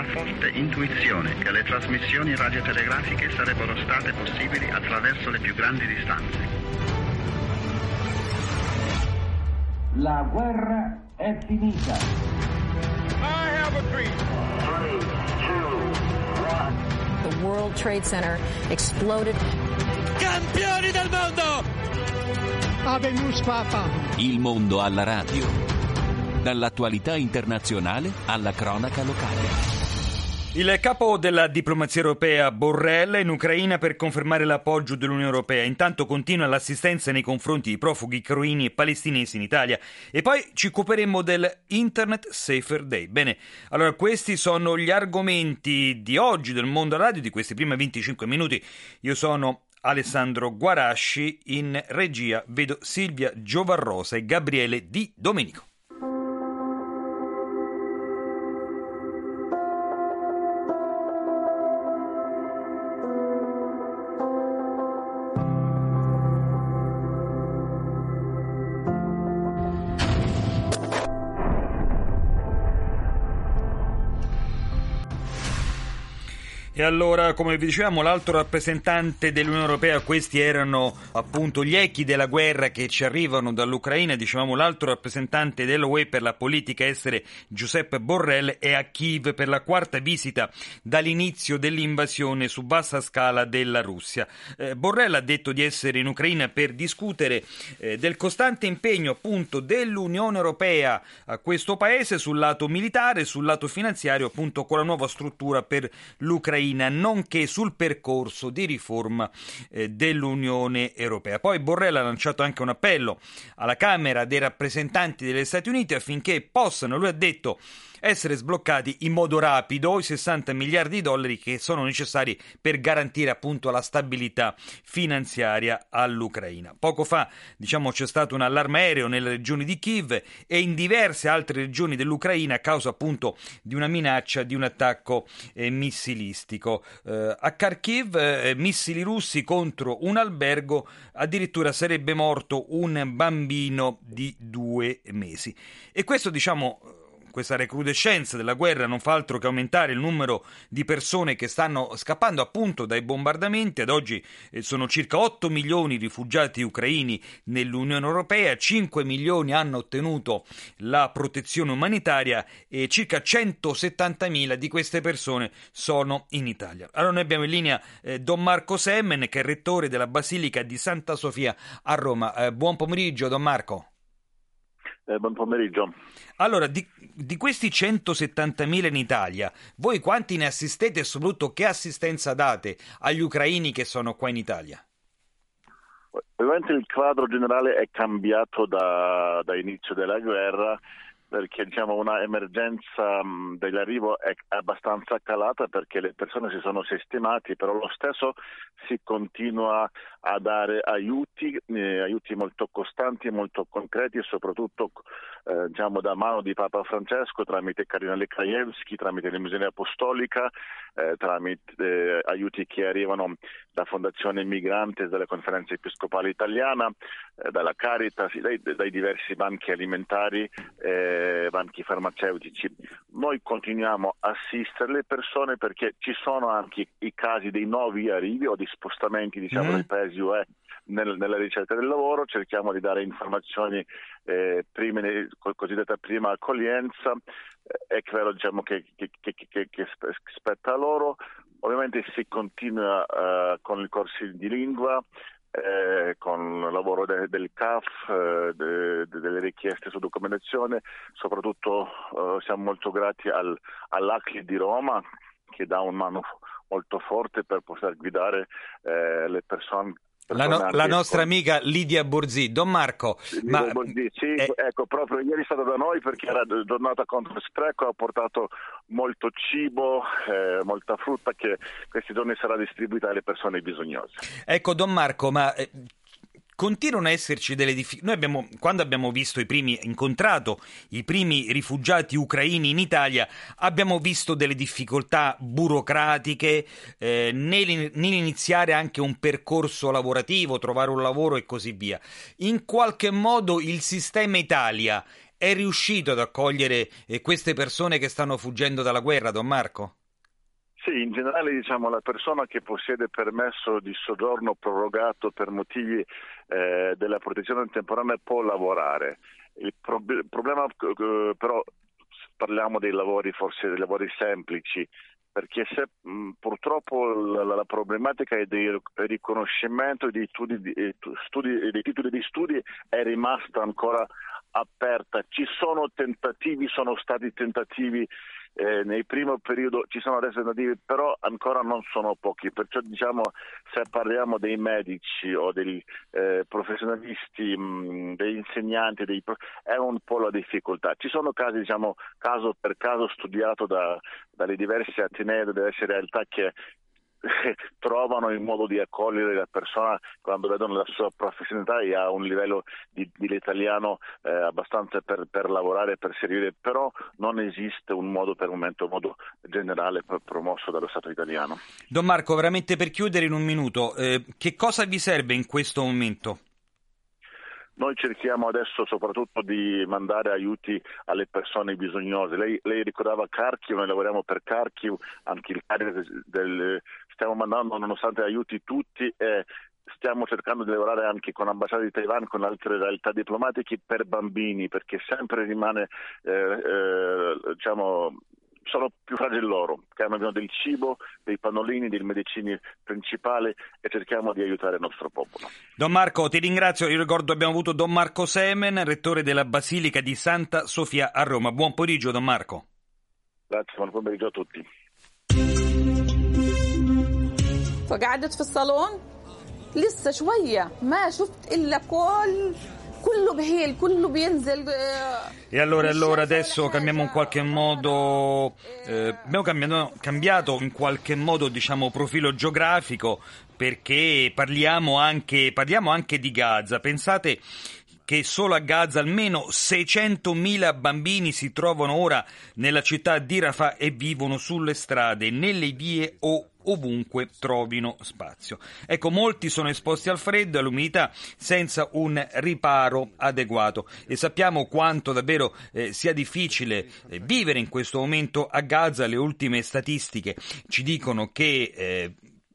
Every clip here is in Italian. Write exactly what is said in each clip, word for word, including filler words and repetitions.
forte intuizione che le trasmissioni radiotelegrafiche sarebbero state possibili attraverso le più grandi distanze. La guerra è finita. I have a dream. Three, two, one. The World Trade Center exploded. Campioni del mondo! Habemus Papa. Il mondo alla radio. Dall'attualità internazionale alla cronaca locale. Il capo della diplomazia europea Borrell è in Ucraina per confermare l'appoggio dell'Unione Europea. Intanto continua l'assistenza nei confronti di profughi ucraini e palestinesi in Italia. E poi ci occuperemo del Internet Safer Day. Bene, allora questi sono gli argomenti di oggi del mondo radio, di questi primi venticinque minuti. Io sono Alessandro Guarasci, in regia vedo Silvia Giovarrosa e Gabriele Di Domenico. E allora, come vi dicevamo, l'alto rappresentante dell'Unione Europea, questi erano appunto gli echi della guerra che ci arrivano dall'Ucraina, dicevamo l'alto rappresentante dell'U E per la politica estere Giuseppe Borrell è a Kiev per la quarta visita dall'inizio dell'invasione su vasta scala della Russia. Eh, Borrell ha detto di essere in Ucraina per discutere eh, del costante impegno appunto dell'Unione Europea a questo paese sul lato militare, sul lato finanziario appunto con la nuova struttura per l'Ucraina, nonché sul percorso di riforma eh, dell'Unione Europea. Poi Borrell ha lanciato anche un appello alla Camera dei rappresentanti degli Stati Uniti affinché possano, lui ha detto, essere sbloccati in modo rapido i sessanta miliardi di dollari che sono necessari per garantire appunto la stabilità finanziaria all'Ucraina. Poco fa, diciamo, c'è stato un allarme aereo nelle regioni di Kiev e in diverse altre regioni dell'Ucraina a causa appunto di una minaccia di un attacco eh, missilistico. Eh, a Kharkiv eh, missili russi contro un albergo, addirittura sarebbe morto un bambino di due mesi. E questo, diciamo, questa recrudescenza della guerra non fa altro che aumentare il numero di persone che stanno scappando appunto dai bombardamenti. Ad oggi eh, sono circa otto milioni i rifugiati ucraini nell'Unione Europea, cinque milioni hanno ottenuto la protezione umanitaria e circa centosettantamila di queste persone sono in Italia. Allora noi abbiamo in linea eh, Don Marco Semmen, che è rettore della Basilica di Santa Sofia a Roma. Eh, buon pomeriggio Don Marco. Eh, buon pomeriggio. Allora, di, di questi centosettantamila in Italia, voi quanti ne assistete e soprattutto che assistenza date agli ucraini che sono qua in Italia? Ovviamente il quadro generale è cambiato da, da inizio della guerra, perché diciamo una emergenza mh, dell'arrivo è abbastanza calata perché le persone si sono sistemate, però lo stesso si continua a dare aiuti, eh, aiuti molto costanti, molto concreti e soprattutto eh, diciamo da mano di Papa Francesco tramite Cardinale Krajewski, tramite l'Emissione Apostolica, eh, tramite eh, aiuti che arrivano da Fondazione Migrantes, dalla Conferenza Episcopale Italiana, eh, dalla Caritas, dai, dai diversi banchi alimentari, eh, banchi farmaceutici. Noi continuiamo a assistere le persone perché ci sono anche i casi dei nuovi arrivi o di spostamenti diciamo mm. dei paesi U E nel, nella ricerca del lavoro. Cerchiamo di dare informazioni eh, prime, cosiddetta prima accoglienza, eh, è vero diciamo che, che, che, che, che spetta a loro. Ovviamente si continua uh, con i corsi di lingua, Eh, con il lavoro de, del C A F, eh, de, de, delle richieste su documentazione, soprattutto eh, siamo molto grati al, all'A C L I di Roma che dà un mano molto forte per poter guidare eh, le persone. La, no, la nostra amica Lidia Borzì. Don Marco, Lidia ma, Borzì, sì, eh, ecco, proprio ieri è stata da noi perché era giornata contro lo spreco, ha portato molto cibo, eh, molta frutta che questi giorni sarà distribuita alle persone bisognose. Ecco Don Marco, ma eh, continuano a esserci delle difficoltà. Noi abbiamo, quando abbiamo visto i primi, incontrato i primi rifugiati ucraini in Italia, abbiamo visto delle difficoltà burocratiche eh, nell'iniziare anche un percorso lavorativo, trovare un lavoro e così via. In qualche modo il sistema Italia è riuscito ad accogliere eh, queste persone che stanno fuggendo dalla guerra, Don Marco? Sì, in generale diciamo la persona che possiede permesso di soggiorno prorogato per motivi eh, della protezione temporanea può lavorare. Il, pro- il problema eh, però parliamo dei lavori, forse dei lavori semplici, perché se mh, purtroppo la, la problematica è del riconoscimento dei, studi, di, studi, dei titoli di studi è rimasta ancora aperta. Ci sono tentativi, sono stati tentativi eh, nel primo periodo, ci sono adesso tentativi, però ancora non sono pochi, perciò diciamo se parliamo dei medici o dei eh, professionisti, mh, degli insegnanti, dei, è un po' la difficoltà. Ci sono casi, diciamo, caso per caso studiato da, dalle diverse atenei, dalle diverse realtà che trovano il modo di accogliere la persona quando vedono la sua professionalità e ha un livello di, di l'italiano eh, abbastanza per, per lavorare, per servire, però non esiste un modo per il momento, un modo generale promosso dallo Stato italiano. Don Marco, veramente per chiudere in un minuto, eh, che cosa vi serve in questo momento? Noi cerchiamo adesso soprattutto di mandare aiuti alle persone bisognose. Lei, lei ricordava Kharkiv, noi lavoriamo per Kharkiv, anche il del, del, stiamo mandando nonostante aiuti tutti e stiamo cercando di lavorare anche con l'ambasciata di Taiwan, con altre realtà diplomatiche per bambini, perché sempre rimane eh, eh, diciamo sono più fragili loro, che hanno bisogno del cibo, dei pannolini, dei medicini principali e cerchiamo di aiutare il nostro popolo. Don Marco, ti ringrazio. Io ricordo abbiamo avuto Don Marco Semen, rettore della Basilica di Santa Sofia a Roma. Buon pomeriggio, Don Marco. Grazie, buon pomeriggio a tutti. فقعدت في الصالون لسه شوية ما شفت إلا كل كله بهيل كله بينزل. E allora, allora adesso cambiamo in qualche modo, eh, abbiamo cambiato, cambiato in qualche modo diciamo profilo geografico, perché parliamo anche, parliamo anche di Gaza. Pensate che solo a Gaza almeno seicentomila bambini si trovano ora nella città di Rafah e vivono sulle strade, nelle vie o ovunque trovino spazio. Ecco, molti sono esposti al freddo e all'umidità senza un riparo adeguato e sappiamo quanto davvero eh, sia difficile eh, vivere in questo momento a Gaza. Le ultime statistiche ci dicono che eh,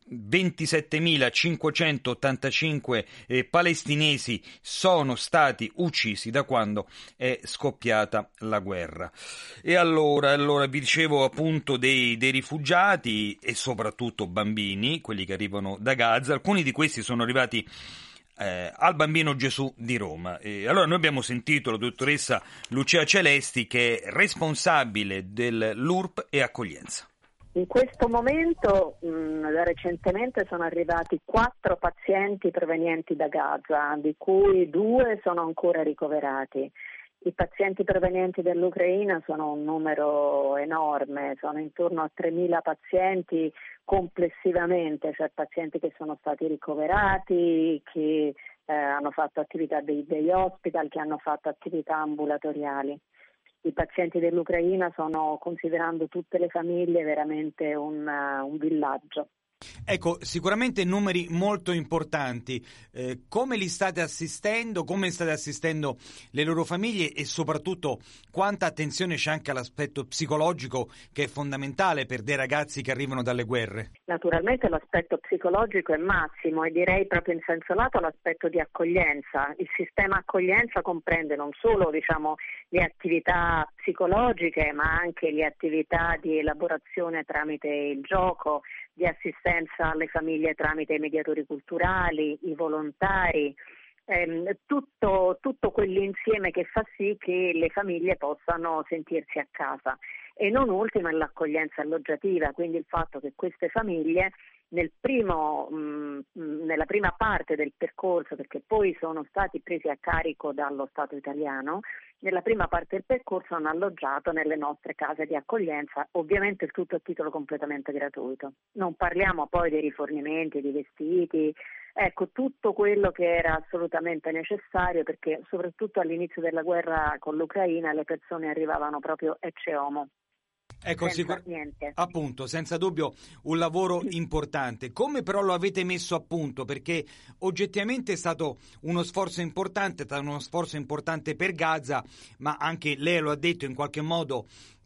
ventisettemilacinquecentottantacinque eh, palestinesi sono stati uccisi da quando è scoppiata la guerra. E allora, allora vi dicevo appunto dei, dei rifugiati e soprattutto bambini, quelli che arrivano da Gaza. Alcuni di questi sono arrivati Eh, al Bambino Gesù di Roma. E allora noi abbiamo sentito la dottoressa Lucia Celesti, che è responsabile dell'U R P e accoglienza. In questo momento mh, recentemente sono arrivati quattro pazienti provenienti da Gaza, di cui due sono ancora ricoverati. I pazienti provenienti dall'Ucraina sono un numero enorme, sono intorno a tremila pazienti complessivamente, cioè pazienti che sono stati ricoverati, che eh, hanno fatto attività dei, degli hospital, che hanno fatto attività ambulatoriali. I pazienti dell'Ucraina sono, considerando tutte le famiglie, veramente un, uh, un villaggio. Ecco, sicuramente numeri molto importanti. Eh, come li state assistendo? Come state assistendo le loro famiglie e soprattutto quanta attenzione c'è anche all'aspetto psicologico, che è fondamentale per dei ragazzi che arrivano dalle guerre? Naturalmente l'aspetto psicologico è massimo e direi proprio in senso lato l'aspetto di accoglienza. Il sistema accoglienza comprende non solo diciamo le attività psicologiche ma anche le attività di elaborazione tramite il gioco, di assistenza alle famiglie tramite i mediatori culturali, i volontari, ehm, tutto, tutto quell'insieme che fa sì che le famiglie possano sentirsi a casa. E non ultima l'accoglienza alloggiativa, quindi il fatto che queste famiglie nel primo, mh, nella prima parte del percorso, perché poi sono stati presi a carico dallo Stato italiano, nella prima parte del percorso hanno alloggiato nelle nostre case di accoglienza, ovviamente il tutto a titolo completamente gratuito. Non parliamo poi dei rifornimenti, dei vestiti, ecco tutto quello che era assolutamente necessario, perché soprattutto all'inizio della guerra con l'Ucraina le persone arrivavano proprio ecce homo. Ecco, sicur- appunto, senza dubbio un lavoro importante. Come però lo avete messo a punto? Perché oggettivamente è stato uno sforzo importante, è stato uno sforzo importante per Gaza, ma anche lei lo ha detto in qualche modo,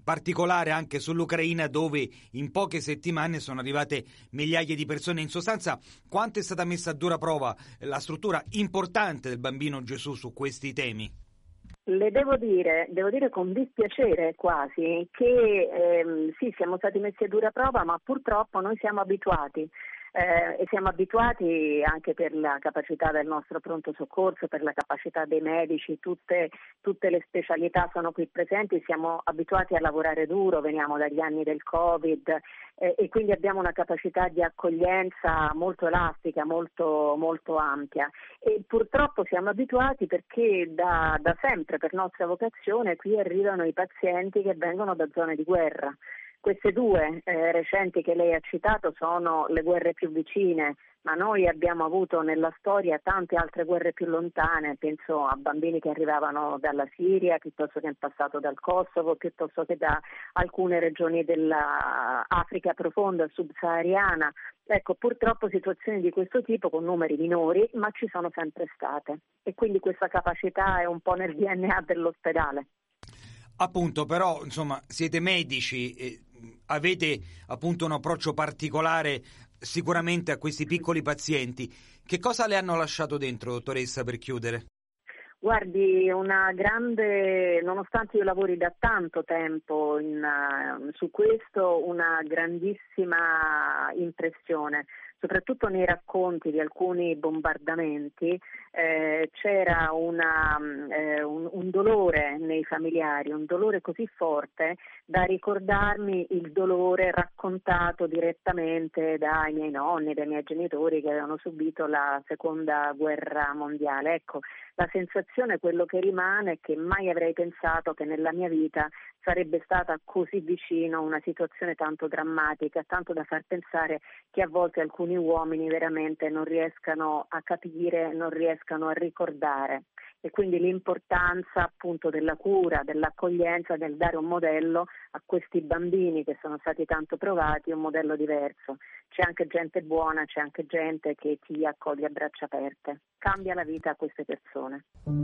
particolare anche sull'Ucraina, dove in poche settimane sono arrivate migliaia di persone. In sostanza, quanto è stata messa a dura prova la struttura importante del Bambino Gesù su questi temi? Le devo dire, devo dire con dispiacere quasi che ehm, sì, siamo stati messi a dura prova, ma purtroppo noi siamo abituati. Eh, e siamo abituati anche per la capacità del nostro pronto soccorso, per la capacità dei medici, tutte, tutte le specialità sono qui presenti, siamo abituati a lavorare duro, veniamo dagli anni del Covid eh, e quindi abbiamo una capacità di accoglienza molto elastica, molto, molto ampia e purtroppo siamo abituati perché da, da sempre per nostra vocazione qui arrivano i pazienti che vengono da zone di guerra. Queste due eh, recenti che lei ha citato sono le guerre più vicine, ma noi abbiamo avuto nella storia tante altre guerre più lontane, penso a bambini che arrivavano dalla Siria, piuttosto che in passato dal Kosovo, piuttosto che da alcune regioni dell'Africa profonda, subsahariana. Ecco, purtroppo situazioni di questo tipo con numeri minori, ma ci sono sempre state e quindi questa capacità è un po' nel D N A dell'ospedale. Appunto, però, insomma, siete medici, eh, avete appunto un approccio particolare sicuramente a questi piccoli pazienti. Che cosa le hanno lasciato dentro, dottoressa, per chiudere? Guardi, una grande, nonostante io lavori da tanto tempo in, uh, su questo, una grandissima impressione. Soprattutto nei racconti di alcuni bombardamenti eh, c'era una, eh, un, un dolore nei familiari, un dolore così forte da ricordarmi il dolore raccontato direttamente dai miei nonni, dai miei genitori che avevano subito la seconda guerra mondiale. Ecco, la sensazione, quello che rimane, è che mai avrei pensato che nella mia vita sarebbe stata così vicino una situazione tanto drammatica, tanto da far pensare che a volte alcuni uomini veramente non riescano a capire, non riescano a ricordare. E quindi l'importanza appunto della cura, dell'accoglienza, del dare un modello a questi bambini che sono stati tanto provati, un modello diverso. C'è anche gente buona, c'è anche gente che ti accoglie a braccia aperte. Cambia la vita a queste persone.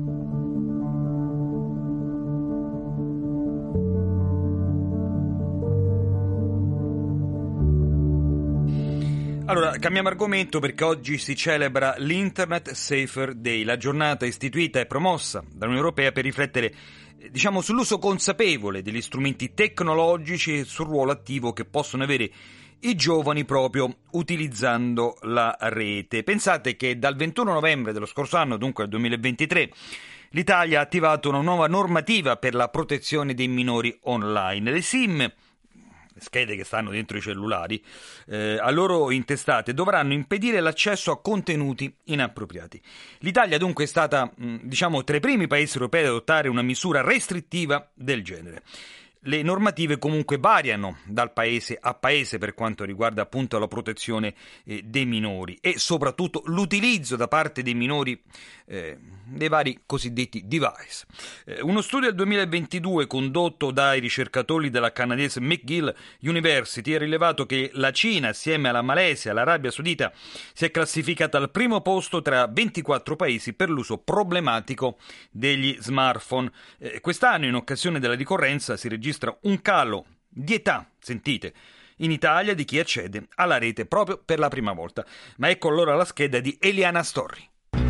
Allora, cambiamo argomento perché oggi si celebra l'Internet Safer Day, la giornata istituita e promossa dall'Unione Europea per riflettere, diciamo, sull'uso consapevole degli strumenti tecnologici e sul ruolo attivo che possono avere i giovani proprio utilizzando la rete. Pensate che dal ventuno novembre dello scorso anno, dunque del duemilaventitré, l'Italia ha attivato una nuova normativa per la protezione dei minori online. Le SIM, le schede che stanno dentro i cellulari, eh, a loro intestate, dovranno impedire l'accesso a contenuti inappropriati. L'Italia dunque è stata, mh, diciamo, tra i primi paesi europei ad adottare una misura restrittiva del genere. Le normative comunque variano dal paese a paese per quanto riguarda appunto la protezione eh, dei minori e soprattutto l'utilizzo da parte dei minori eh, dei vari cosiddetti device. Eh, uno studio del duemilaventidue condotto dai ricercatori della canadese McGill University ha rilevato che la Cina, assieme alla Malesia e all'Arabia Saudita, si è classificata al primo posto tra ventiquattro paesi per l'uso problematico degli smartphone. Eh, quest'anno, in occasione della ricorrenza, si registra un calo di età, sentite, in Italia di chi accede alla rete proprio per la prima volta. Ma ecco allora la scheda di Eliana Storri.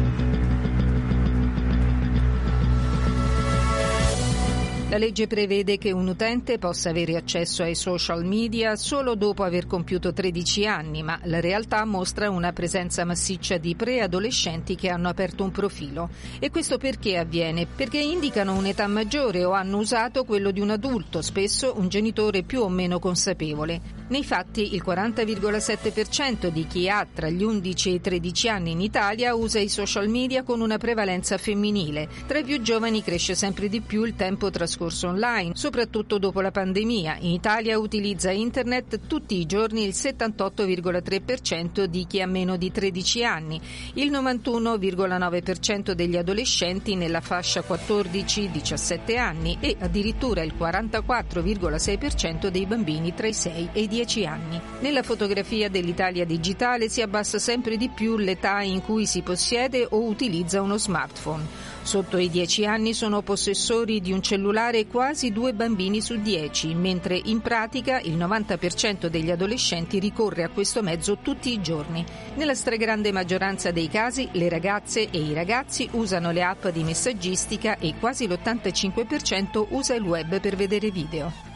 La legge prevede che un utente possa avere accesso ai social media solo dopo aver compiuto tredici anni, ma la realtà mostra una presenza massiccia di preadolescenti che hanno aperto un profilo. E questo perché avviene? Perché indicano un'età maggiore o hanno usato quello di un adulto, spesso un genitore più o meno consapevole. Nei fatti il quaranta virgola sette per cento di chi ha tra gli undici e i tredici anni in Italia usa i social media con una prevalenza femminile. Tra i più giovani cresce sempre di più il tempo trascorso online, soprattutto dopo la pandemia. In Italia utilizza internet tutti i giorni il settantotto virgola tre per cento di chi ha meno di tredici anni, il novantuno virgola nove per cento degli adolescenti nella fascia quattordici diciassette anni e addirittura il quarantaquattro virgola sei per cento dei bambini tra i sei e i dieci anni. Nella fotografia dell'Italia digitale si abbassa sempre di più l'età in cui si possiede o utilizza uno smartphone. Sotto i dieci anni sono possessori di un cellulare quasi due bambini su dieci, mentre in pratica il novanta per cento degli adolescenti ricorre a questo mezzo tutti i giorni. Nella stragrande maggioranza dei casi le ragazze e i ragazzi usano le app di messaggistica e quasi l'ottantacinque per cento usa il web per vedere video.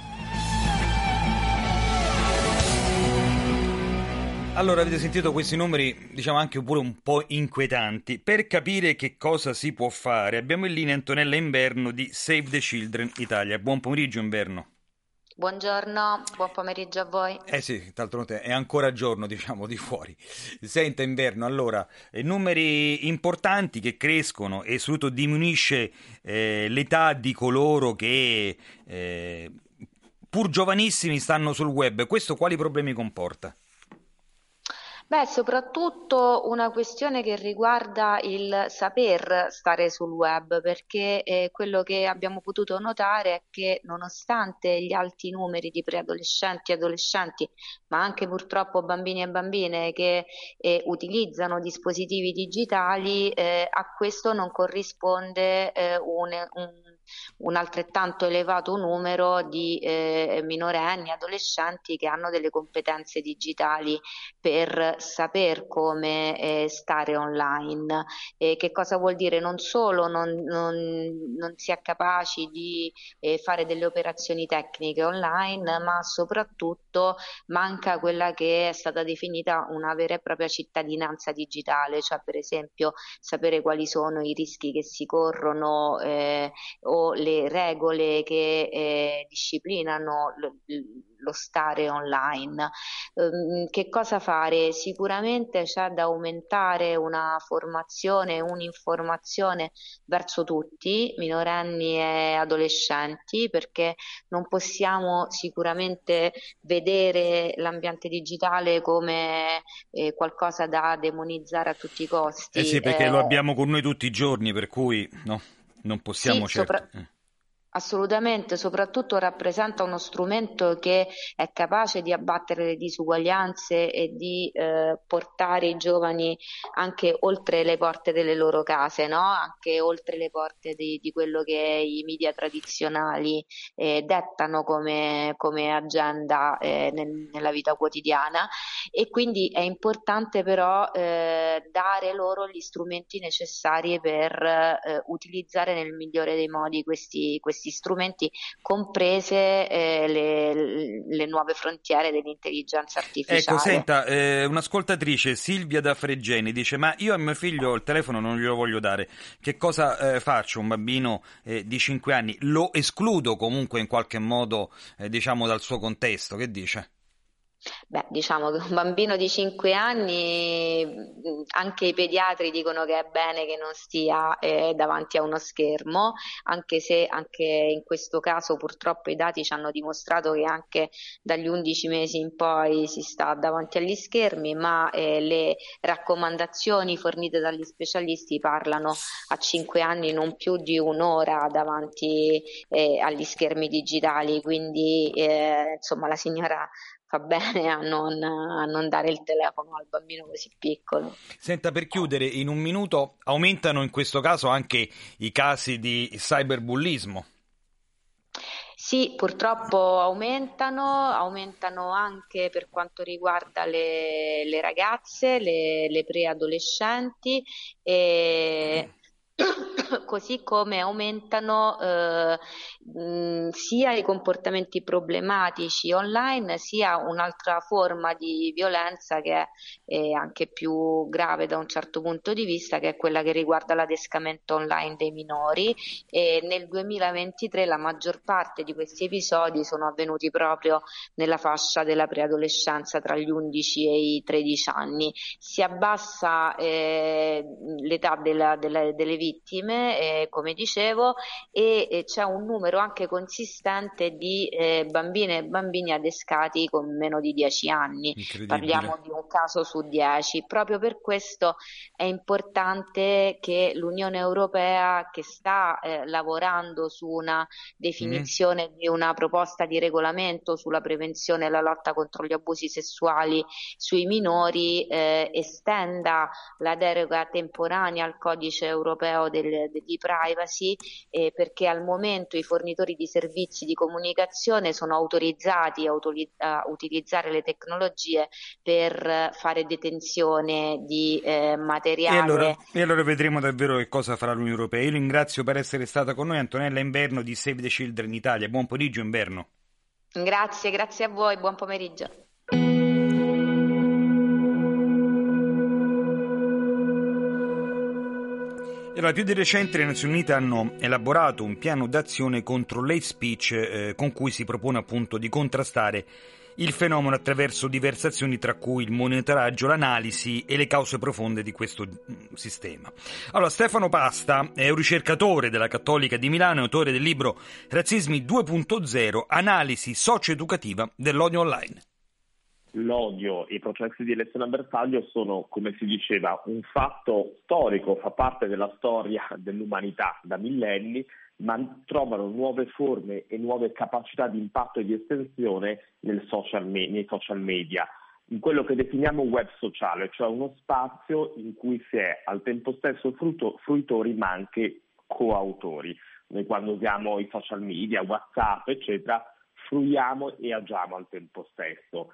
Allora, avete sentito questi numeri, diciamo anche pure un po' inquietanti. Per capire che cosa si può fare, abbiamo in linea Antonella Inverno di Save the Children Italia. Buon pomeriggio, Inverno. Buongiorno, buon pomeriggio a voi. Eh sì, d'altro è ancora giorno, diciamo, di fuori. Senta, Inverno, allora, numeri importanti che crescono e soprattutto diminuisce eh, l'età di coloro che, eh, pur giovanissimi, stanno sul web. Questo quali problemi comporta? Beh, soprattutto una questione che riguarda il saper stare sul web, perché eh, quello che abbiamo potuto notare è che nonostante gli alti numeri di preadolescenti e adolescenti, ma anche purtroppo bambini e bambine che eh, utilizzano dispositivi digitali, eh, a questo non corrisponde eh, un, un un altrettanto elevato numero di eh, minorenni, adolescenti che hanno delle competenze digitali per saper come eh, stare online. Eh, che cosa vuol dire? Non solo non, non, non si è capaci di eh, fare delle operazioni tecniche online, ma soprattutto manca quella che è stata definita una vera e propria cittadinanza digitale, cioè per esempio sapere quali sono i rischi che si corrono eh, o le regole che eh, disciplinano l- lo stare online. Um, che cosa fare? Sicuramente c'è da aumentare una formazione, un'informazione verso tutti, minorenni e adolescenti, perché non possiamo sicuramente vedere l'ambiente digitale come eh, qualcosa da demonizzare a tutti i costi. Eh sì, perché eh, lo abbiamo con noi tutti i giorni, per cui no, non possiamo sì, certo... sopra- Assolutamente, soprattutto rappresenta uno strumento che è capace di abbattere le disuguaglianze e di eh, portare i giovani anche oltre le porte delle loro case, no? Anche oltre le porte di, di quello che i media tradizionali eh, dettano come, come agenda eh, nel, nella vita quotidiana, e quindi è importante però eh, dare loro gli strumenti necessari per eh, utilizzare nel migliore dei modi questi, questi questi strumenti, comprese eh, le, le nuove frontiere dell'intelligenza artificiale. Ecco, senta, eh, un'ascoltatrice, Silvia da Fregene, dice: ma io a mio figlio il telefono non glielo voglio dare, che cosa eh, faccio? Un bambino eh, di cinque anni, lo escludo comunque in qualche modo eh, diciamo dal suo contesto, che dice? Beh, diciamo che un bambino di cinque anni, anche i pediatri dicono che è bene che non stia eh, davanti a uno schermo, anche se anche in questo caso purtroppo i dati ci hanno dimostrato che anche dagli undici mesi in poi si sta davanti agli schermi, ma eh, le raccomandazioni fornite dagli specialisti parlano a cinque anni non più di un'ora davanti eh, agli schermi digitali, quindi eh, insomma la signora fa bene a non, a non dare il telefono al bambino così piccolo. Senta, per chiudere, in un minuto, aumentano in questo caso anche i casi di cyberbullismo? Sì, purtroppo aumentano, aumentano anche per quanto riguarda le, le ragazze, le, le preadolescenti e... così come aumentano eh, mh, sia i comportamenti problematici online, sia un'altra forma di violenza che è eh, anche più grave da un certo punto di vista, che è quella che riguarda l'adescamento online dei minori, e nel duemilaventitré la maggior parte di questi episodi sono avvenuti proprio nella fascia della preadolescenza tra gli undici e i tredici anni. Si abbassa eh, l'età della, della, delle vittime vittime, eh, come dicevo, e, e c'è un numero anche consistente di eh, bambine e bambini adescati con meno di dieci anni. Parliamo di un caso su dieci. Proprio per questo è importante che l'Unione Europea, che sta eh, lavorando su una definizione mm. di una proposta di regolamento sulla prevenzione e la lotta contro gli abusi sessuali sui minori, eh, estenda la deroga temporanea al codice europeo del, di privacy, eh, perché al momento i fornitori di servizi di comunicazione sono autorizzati a, utili- a utilizzare le tecnologie per fare detenzione di eh, materiale. E allora, e allora vedremo davvero che cosa farà l'Unione Europea. Io ringrazio per essere stata con noi Antonella Inverno di Save the Children Italia. Buon pomeriggio Inverno. Grazie, grazie a voi, buon pomeriggio. Allora, più di recente le Nazioni Unite hanno elaborato un piano d'azione contro l'hate speech eh, con cui si propone appunto di contrastare il fenomeno attraverso diverse azioni, tra cui il monitoraggio, l'analisi e le cause profonde di questo sistema. Allora, Stefano Pasta è un ricercatore della Cattolica di Milano e autore del libro Razzismi due punto zero, analisi socio-educativa dell'odio online. L'odio e i processi di elezione a bersaglio sono, come si diceva, un fatto storico, fa parte della storia dell'umanità da millenni, ma trovano nuove forme e nuove capacità di impatto e di estensione nel social me- nei social media, in quello che definiamo web sociale, cioè uno spazio in cui si è al tempo stesso frutto- fruitori ma anche coautori. Noi quando usiamo i social media, WhatsApp, eccetera, fruiamo e agiamo al tempo stesso.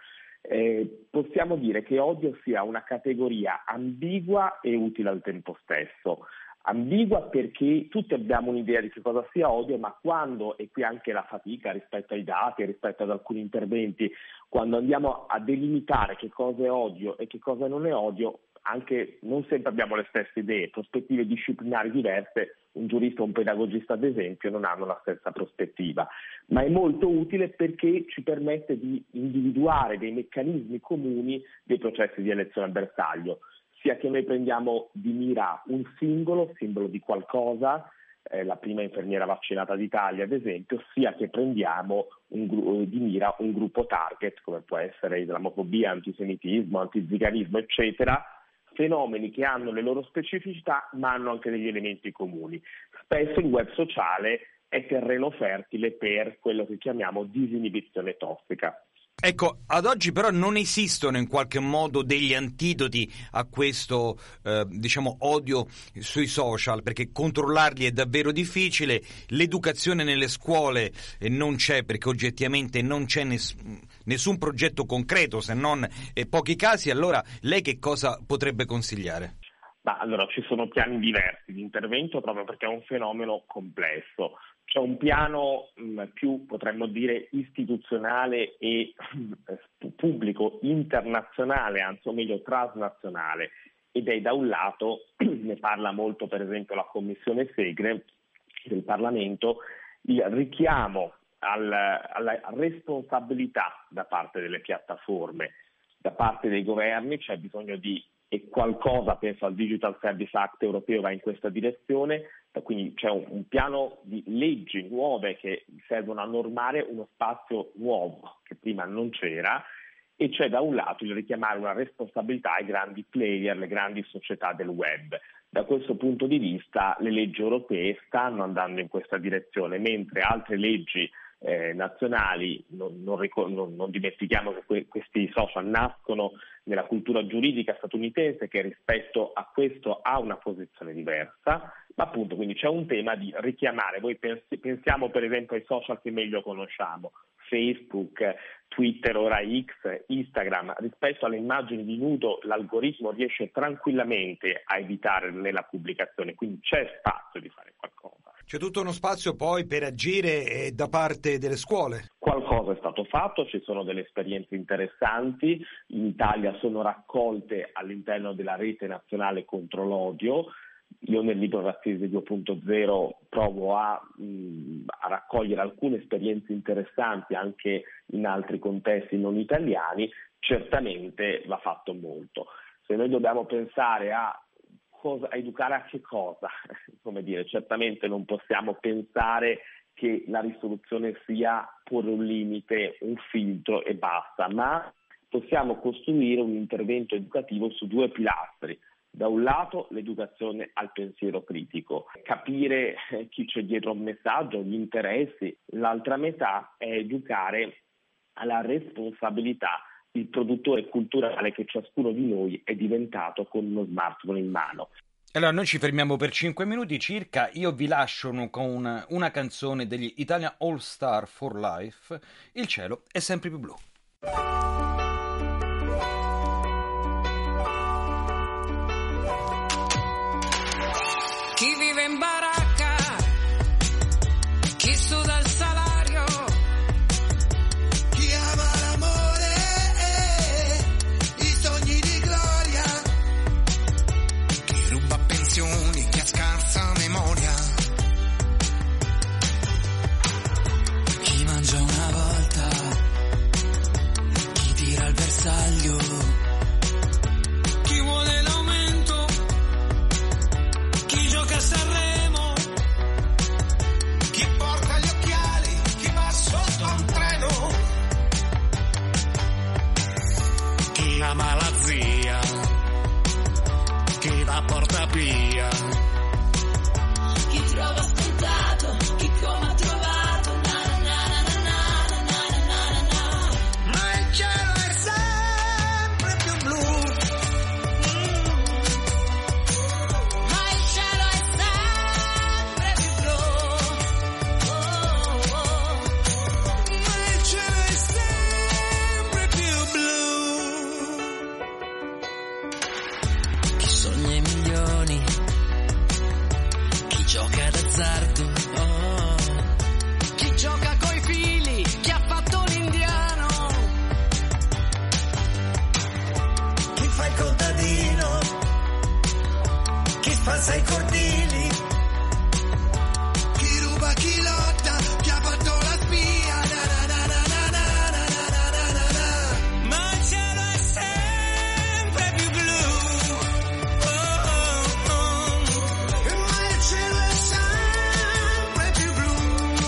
Eh, possiamo dire che odio sia una categoria ambigua e utile al tempo stesso. Ambigua perché tutti abbiamo un'idea di che cosa sia odio, ma quando, e qui anche la fatica rispetto ai dati, rispetto ad alcuni interventi, quando andiamo a delimitare che cosa è odio e che cosa non è odio, anche non sempre abbiamo le stesse idee, prospettive disciplinari diverse, un giurista o un pedagogista ad esempio non hanno la stessa prospettiva, ma è molto utile perché ci permette di individuare dei meccanismi comuni dei processi di elezione a bersaglio, sia che noi prendiamo di mira un singolo, simbolo di qualcosa, eh, la prima infermiera vaccinata d'Italia ad esempio, sia che prendiamo un gru- di mira un gruppo target, come può essere islamofobia, antisemitismo, antiziganismo, eccetera, fenomeni che hanno le loro specificità ma hanno anche degli elementi comuni. Spesso il web sociale è terreno fertile per quello che chiamiamo disinibizione tossica. Ecco, ad oggi però non esistono in qualche modo degli antidoti a questo, eh, diciamo, odio sui social, perché controllarli è davvero difficile, l'educazione nelle scuole eh, non c'è, perché oggettivamente non c'è ness- nessun progetto concreto, se non eh, pochi casi. Allora lei che cosa potrebbe consigliare? Ma allora ci sono piani diversi di intervento proprio perché è un fenomeno complesso. C'è un piano mh, più, potremmo dire, istituzionale e eh, pubblico, internazionale, anzi o meglio transnazionale, ed è da un lato, ne parla molto per esempio la Commissione Segre del Parlamento, il richiamo al, alla responsabilità da parte delle piattaforme, da parte dei governi. C'è bisogno di, e qualcosa, penso al Digital Service Act europeo, va in questa direzione. Quindi c'è un, un piano di leggi nuove che servono a normare uno spazio nuovo che prima non c'era, e c'è da un lato il richiamare una responsabilità ai grandi player, le grandi società del web. Da questo punto di vista le leggi europee stanno andando in questa direzione, mentre altre leggi eh, nazionali, non, non, non, non dimentichiamo che que- questi social nascono nella cultura giuridica statunitense, che rispetto a questo ha una posizione diversa, ma appunto quindi c'è un tema di richiamare. Voi pensi, pensiamo per esempio ai social che meglio conosciamo, Facebook, Twitter, ora X, Instagram. Rispetto alle immagini di nudo l'algoritmo riesce tranquillamente a evitare nella pubblicazione, quindi c'è spazio di fare qualcosa. C'è tutto uno spazio poi per agire da parte delle scuole? Qualcosa è stato fatto, ci sono delle esperienze interessanti, in Italia sono raccolte all'interno della rete nazionale contro l'odio. Io nel libro Razzismi due punto zero provo a, mh, a raccogliere alcune esperienze interessanti anche in altri contesti non italiani. Certamente va fatto molto. Se noi dobbiamo pensare a cosa, a educare a che cosa? Come dire, certamente non possiamo pensare che la risoluzione sia porre un limite, un filtro e basta, ma possiamo costruire un intervento educativo su due pilastri. Da un lato l'educazione al pensiero critico, capire chi c'è dietro un messaggio, gli interessi. L'altra metà è educare alla responsabilità il produttore culturale che ciascuno di noi è diventato con uno smartphone in mano. Allora noi ci fermiamo per cinque minuti circa, io vi lascio con una, una canzone degli Italian All Star for Life, Il cielo è sempre più blu. Chi vive in baracca, chi suda il salario, chi ama l'amore e i sogni di gloria, chi ruba pensioni, chi ha scarsa memoria, chi mangia una volta, chi tira il bersaglio, chi vuole l'aumento, chi gioca a Sanremo, chi porta gli occhiali, chi va sotto a un treno, chi ama la zia, chi la porta via, chi trova scontato, chi come ha trovato, na na na na na na na na na. Ma il cielo è sempre più blu. Passa i cordini, chi ruba, chi lotta, chi ha fatto la spia, na na na na na na na na na na na. Ma il cielo è sempre più blu, oh, oh, oh. Ma il cielo è sempre più blu,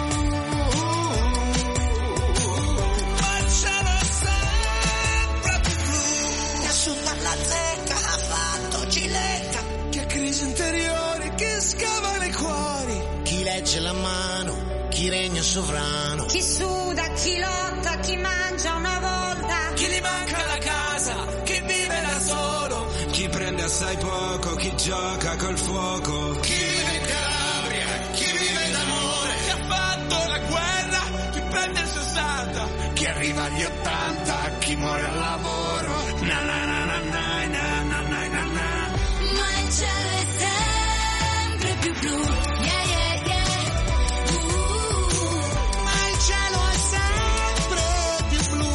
ma il cielo è sempre più blu. Nessuno alla zecca ha fatto cilecca, crisi interiori che scava nei cuori, chi legge la mano, chi regna sovrano, chi suda, chi lotta, chi mangia una volta, chi gli manca la casa, chi vive da solo, chi prende assai poco, chi gioca col fuoco, chi vive in Calabria, chi vive d'amore, chi ha fatto la guerra, chi prende il sessanta, chi arriva agli ottanta, chi muore al lavoro, na na na na na na na na na na. Il cielo è sempre più blu, yeah yeah yeah, uh, ma il cielo è sempre più blu,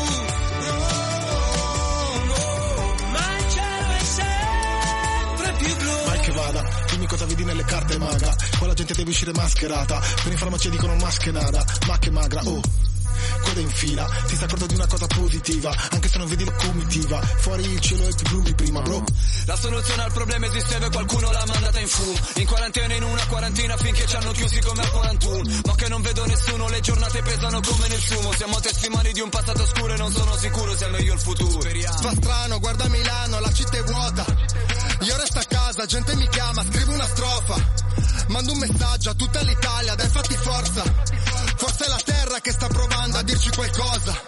oh, no. Ma il cielo è sempre più blu. Vai che vada, dimmi cosa vedi nelle carte maga, qua la gente deve uscire mascherata, per in farmacia dicono maschenada, ma che magra, oh. Coda in fila, ti sei accorto di una cosa positiva, anche se non vedi la comitiva, fuori il cielo è più blu di prima, bro. La soluzione al problema esisteva e qualcuno l'ha mandata in fumo, in quarantena in una quarantina finché ci hanno chiusi come al quarantuno, ma che non vedo nessuno, le giornate pesano come nel sumo, siamo testimoni di un passato oscuro e non sono sicuro sia meglio il futuro. Fa strano, guarda Milano, la città è vuota, io resto a casa, gente mi chiama, scrivo una strofa, mando un messaggio a tutta l'Italia, dai fatti forza, forse è la terra che sta provando a dirci qualcosa.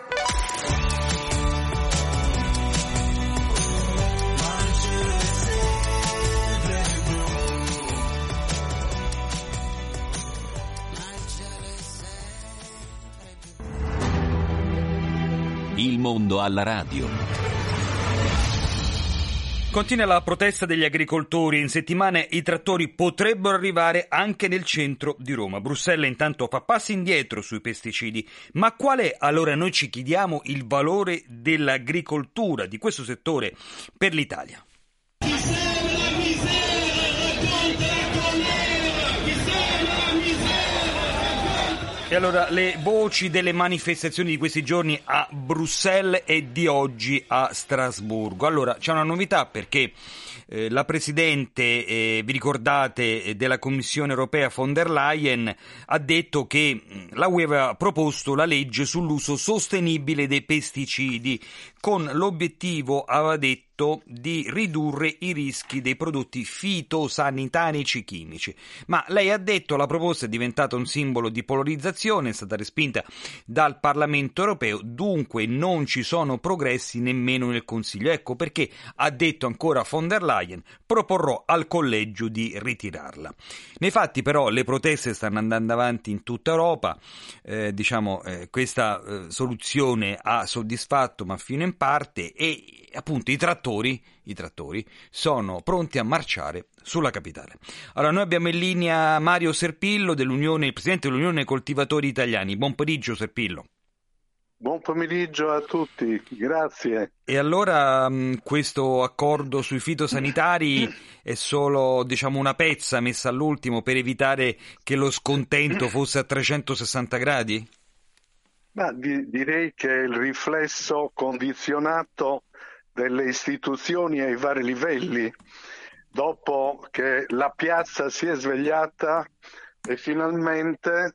Il mondo alla radio. Continua la protesta degli agricoltori. In settimane i trattori potrebbero arrivare anche nel centro di Roma. Bruxelles intanto fa passi indietro sui pesticidi. Ma qual è, allora noi ci chiediamo, il valore dell'agricoltura, di questo settore, per l'Italia? E allora le voci delle manifestazioni di questi giorni a Bruxelles e di oggi a Strasburgo. Allora c'è una novità perché eh, la Presidente, eh, vi ricordate, eh, della Commissione Europea von der Leyen ha detto che la U E aveva proposto la legge sull'uso sostenibile dei pesticidi con l'obiettivo, aveva detto, di ridurre i rischi dei prodotti fitosanitarici chimici. Ma lei ha detto la proposta è diventata un simbolo di polarizzazione, è stata respinta dal Parlamento europeo, dunque non ci sono progressi nemmeno nel Consiglio. Ecco perché, ha detto ancora von der Leyen, proporrò al collegio di ritirarla. Nei fatti però le proteste stanno andando avanti in tutta Europa, eh, diciamo eh, questa eh, soluzione ha soddisfatto ma fino in parte, e appunto i trattori, i trattori sono pronti a marciare sulla capitale. Allora, noi abbiamo in linea Mario Serpillo, dell'Unione, il presidente dell'Unione Coltivatori Italiani. Buon pomeriggio Serpillo. Buon pomeriggio a tutti, grazie. E allora mh, questo accordo sui fitosanitari è solo, diciamo, una pezza messa all'ultimo per evitare che lo scontento fosse a trecentosessanta gradi? Ma di, direi che è il riflesso condizionato delle istituzioni ai vari livelli, dopo che la piazza si è svegliata e finalmente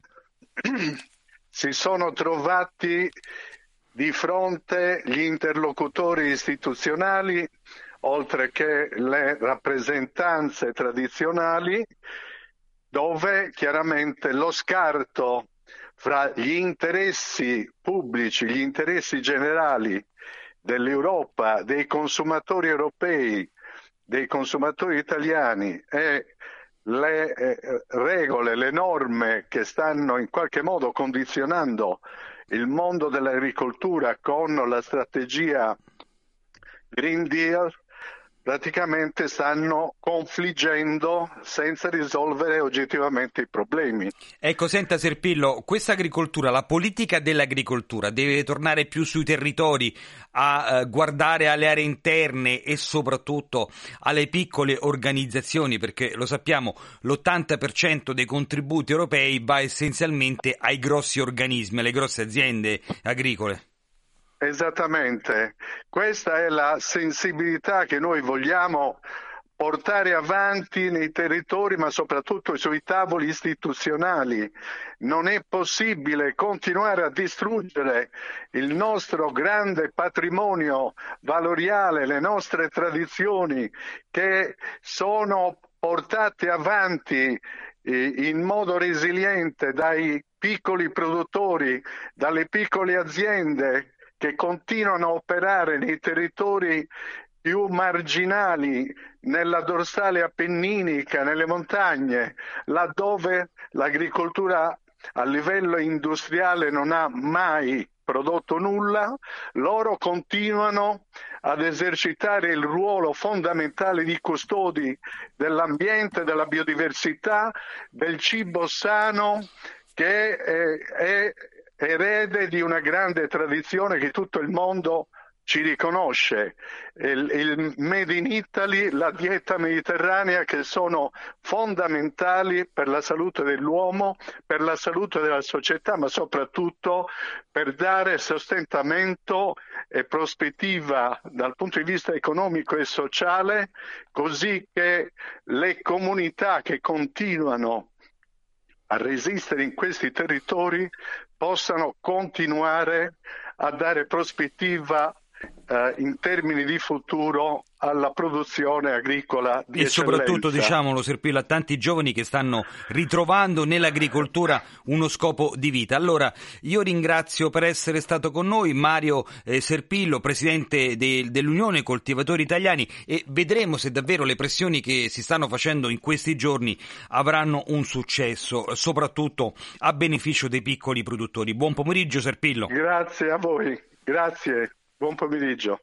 si sono trovati di fronte gli interlocutori istituzionali, oltre che le rappresentanze tradizionali, dove chiaramente lo scarto fra gli interessi pubblici, gli interessi generali dell'Europa, dei consumatori europei, dei consumatori italiani e le eh, regole, le norme che stanno in qualche modo condizionando il mondo dell'agricoltura con la strategia Green Deal, praticamente stanno confliggendo senza risolvere oggettivamente i problemi. Ecco, senta Serpillo, questa agricoltura, la politica dell'agricoltura deve tornare più sui territori, a eh, guardare alle aree interne e soprattutto alle piccole organizzazioni, perché lo sappiamo, l'ottanta per cento dei contributi europei va essenzialmente ai grossi organismi, alle grosse aziende agricole. Esattamente, questa è la sensibilità che noi vogliamo portare avanti nei territori, ma soprattutto sui tavoli istituzionali. Non è possibile continuare a distruggere il nostro grande patrimonio valoriale, le nostre tradizioni che sono portate avanti in modo resiliente dai piccoli produttori, dalle piccole aziende che continuano a operare nei territori più marginali, nella dorsale appenninica, nelle montagne, laddove l'agricoltura a livello industriale non ha mai prodotto nulla, loro continuano ad esercitare il ruolo fondamentale di custodi dell'ambiente, della biodiversità, del cibo sano, che è, è erede di una grande tradizione che tutto il mondo ci riconosce, il, il Made in Italy, la dieta mediterranea, che sono fondamentali per la salute dell'uomo, per la salute della società, ma soprattutto per dare sostentamento e prospettiva dal punto di vista economico e sociale, così che le comunità che continuano a resistere in questi territori possano continuare a dare prospettiva eh, in termini di futuro alla produzione agricola di e eccellenza. Soprattutto, diciamolo Serpillo, a tanti giovani che stanno ritrovando nell'agricoltura uno scopo di vita. Allora, io ringrazio per essere stato con noi Mario eh, Serpillo, presidente de- dell'Unione Coltivatori Italiani, e vedremo se davvero le pressioni che si stanno facendo in questi giorni avranno un successo, soprattutto a beneficio dei piccoli produttori. Buon pomeriggio Serpillo. Grazie a voi, grazie, buon pomeriggio.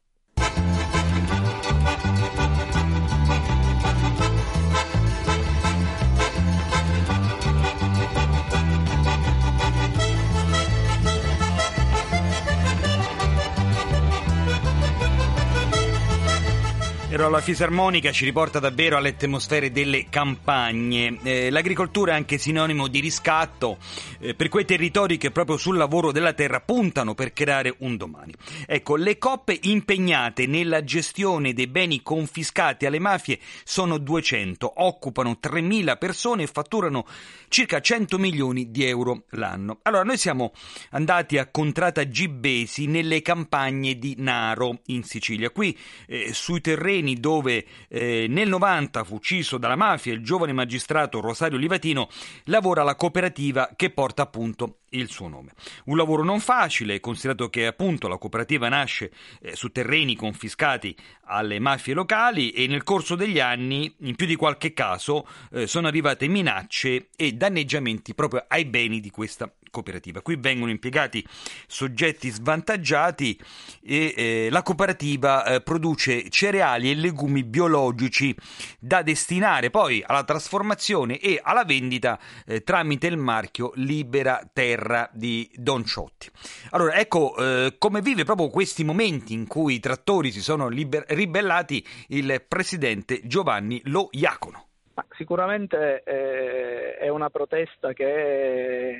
E Però la fisarmonica ci riporta davvero alle atmosfere delle campagne. Eh, l'agricoltura è anche sinonimo di riscatto eh, per quei territori che proprio sul lavoro della terra puntano per creare un domani. Ecco, le coppe impegnate nella gestione dei beni confiscati alle mafie sono duecento, occupano tremila persone e fatturano circa cento milioni di euro l'anno. Allora, noi siamo andati a Contrata Gibbesi nelle campagne di Naro in Sicilia. Qui eh, sui terreni dove eh, nel novanta fu ucciso dalla mafia il giovane magistrato Rosario Livatino, lavora la cooperativa che porta appunto il suo nome. Un lavoro non facile, considerato che appunto la cooperativa nasce eh, su terreni confiscati alle mafie locali e nel corso degli anni, in più di qualche caso, eh, sono arrivate minacce e danneggiamenti proprio ai beni di questa cooperativa. Qui vengono impiegati soggetti svantaggiati e eh, la cooperativa eh, produce cereali e legumi biologici da destinare poi alla trasformazione e alla vendita eh, tramite il marchio Libera Terra di Don Ciotti. Allora, ecco eh, come vive proprio questi momenti in cui i trattori si sono liber- ribellati il presidente Giovanni Lo Iacono. Ma sicuramente eh, è una protesta che è,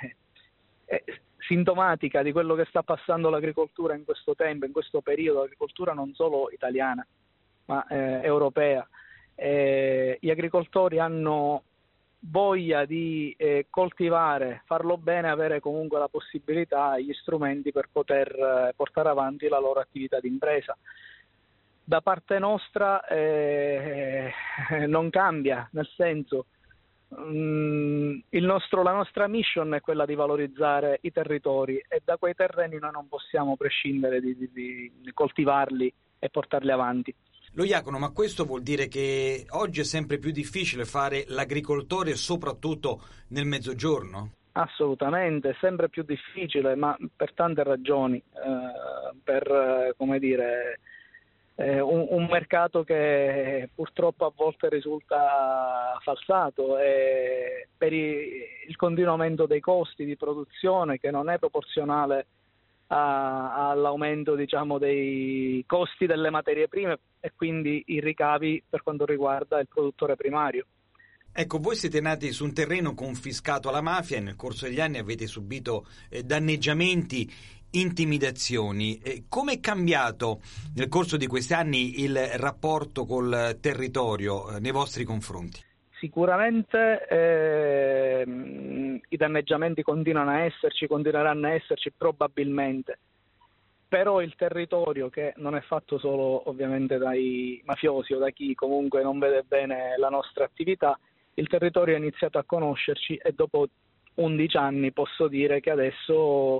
è sintomatica di quello che sta passando l'agricoltura in questo tempo, in questo periodo, l'agricoltura non solo italiana ma eh, europea. Eh, gli agricoltori hanno voglia di eh, coltivare, farlo bene, avere comunque la possibilità e gli strumenti per poter eh, portare avanti la loro attività di impresa. Da parte nostra eh, non cambia, nel senso mh, il nostro, la nostra mission è quella di valorizzare i territori e da quei terreni noi non possiamo prescindere di, di, di coltivarli e portarli avanti. Lo Iacono, ma questo vuol dire che oggi è sempre più difficile fare l'agricoltore soprattutto nel mezzogiorno? Assolutamente, è sempre più difficile, ma per tante ragioni, eh, per come dire eh, un, un mercato che purtroppo a volte risulta falsato e per i, il continuo aumento dei costi di produzione che non è proporzionale a, all'aumento diciamo dei costi delle materie prime e quindi i ricavi per quanto riguarda il produttore primario. Ecco, voi siete nati su un terreno confiscato alla mafia e nel corso degli anni avete subito eh, danneggiamenti, intimidazioni. Eh, come è cambiato nel corso di questi anni il rapporto col territorio eh, nei vostri confronti? Sicuramente eh, i danneggiamenti continuano a esserci, continueranno a esserci probabilmente, però il territorio, che non è fatto solo ovviamente dai mafiosi o da chi comunque non vede bene la nostra attività, il territorio ha iniziato a conoscerci e dopo undici anni posso dire che adesso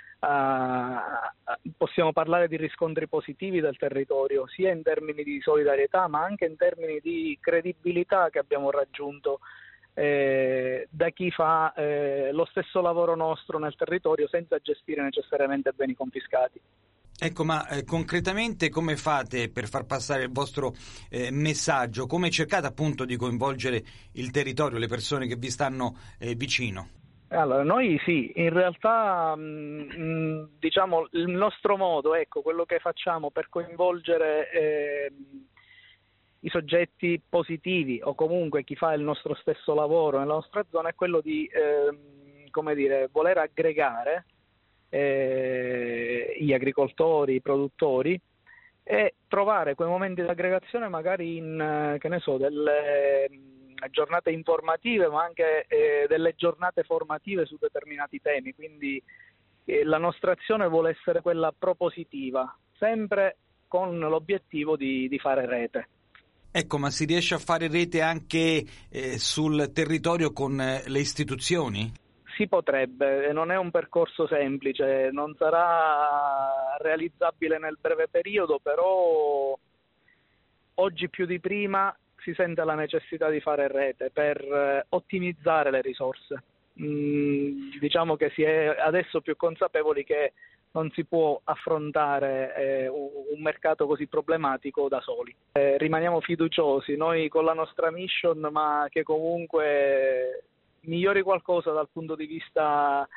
uh, possiamo parlare di riscontri positivi del territorio, sia in termini di solidarietà ma anche in termini di credibilità che abbiamo raggiunto eh, da chi fa eh, lo stesso lavoro nostro nel territorio senza gestire necessariamente beni confiscati. Ecco, ma eh, concretamente come fate per far passare il vostro eh, messaggio? Come cercate appunto di coinvolgere il territorio, le persone che vi stanno eh, vicino? Allora, noi sì, in realtà mh, diciamo il nostro modo, ecco, quello che facciamo per coinvolgere eh, i soggetti positivi o comunque chi fa il nostro stesso lavoro nella nostra zona è quello di, eh, come dire, voler aggregare Eh, gli agricoltori, i produttori e trovare quei momenti di aggregazione magari in eh, che ne so delle eh, giornate informative ma anche eh, delle giornate formative su determinati temi, quindi eh, la nostra azione vuole essere quella propositiva, sempre con l'obiettivo di, di fare rete. Ecco, ma si riesce a fare rete anche eh, sul territorio con eh, le istituzioni? Si potrebbe, non è un percorso semplice, non sarà realizzabile nel breve periodo, però oggi più di prima si sente la necessità di fare rete per ottimizzare le risorse. Mm, diciamo che si è adesso più consapevoli che non si può affrontare eh, un mercato così problematico da soli. Eh, rimaniamo fiduciosi, noi con la nostra mission, ma che comunque migliori qualcosa dal punto di vista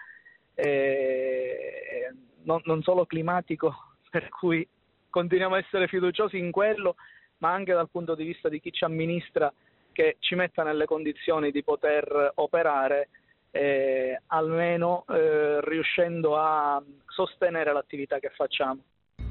eh, non, non solo climatico, per cui continuiamo a essere fiduciosi in quello, ma anche dal punto di vista di chi ci amministra, che ci metta nelle condizioni di poter operare eh, almeno eh, riuscendo a sostenere l'attività che facciamo.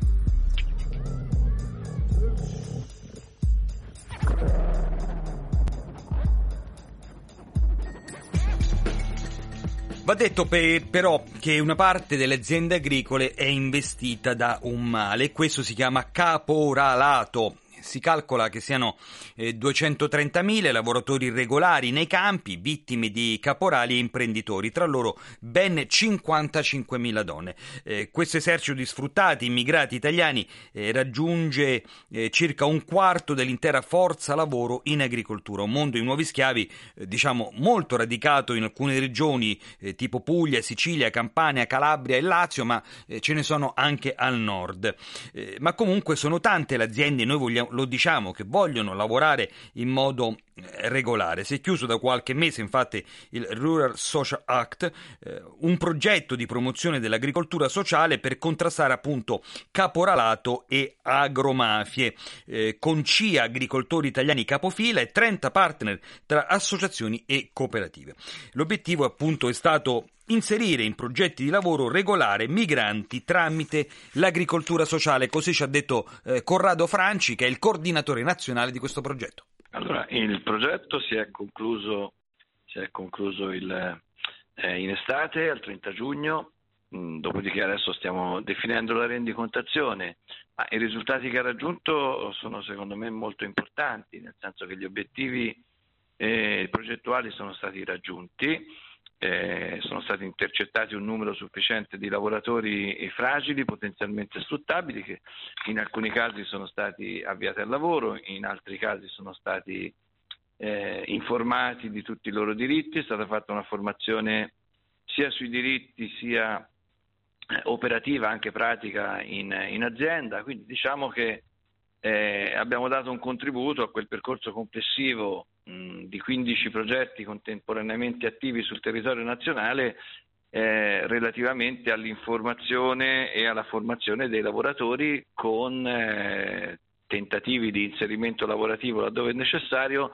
Va detto per, però che una parte delle aziende agricole è investita da un male, e questo si chiama caporalato. Si calcola che siano eh, duecentotrentamila lavoratori irregolari nei campi, vittime di caporali e imprenditori, tra loro ben cinquantacinquemila donne. Eh, questo esercito di sfruttati immigrati italiani eh, raggiunge eh, circa un quarto dell'intera forza lavoro in agricoltura, un mondo di nuovi schiavi eh, diciamo molto radicato in alcune regioni eh, tipo Puglia, Sicilia, Campania, Calabria e Lazio, ma eh, ce ne sono anche al nord. Eh, ma comunque sono tante le aziende, noi vogliamo lo diciamo, che vogliono lavorare in modo regolare. Si è chiuso da qualche mese infatti il Rural Social Act, eh, un progetto di promozione dell'agricoltura sociale per contrastare appunto caporalato e agromafie, eh, con C I A Agricoltori Italiani capofila e trenta partner tra associazioni e cooperative. L'obiettivo appunto è stato inserire in progetti di lavoro regolare migranti tramite l'agricoltura sociale, così ci ha detto eh, Corrado Franci, che è il coordinatore nazionale di questo progetto. Allora, il progetto si è concluso, si è concluso il, eh, in estate, al trenta giugno, mh, dopodiché adesso stiamo definendo la rendicontazione, ma i risultati che ha raggiunto sono secondo me molto importanti, nel senso che gli obiettivi eh, progettuali sono stati raggiunti. Eh, sono stati intercettati un numero sufficiente di lavoratori fragili, potenzialmente sfruttabili, che in alcuni casi sono stati avviati al lavoro, in altri casi sono stati eh, informati di tutti i loro diritti. È stata fatta una formazione sia sui diritti sia eh, operativa, anche pratica in, in azienda, quindi diciamo che eh, abbiamo dato un contributo a quel percorso complessivo di quindici progetti contemporaneamente attivi sul territorio nazionale eh, relativamente all'informazione e alla formazione dei lavoratori, con eh, tentativi di inserimento lavorativo laddove è necessario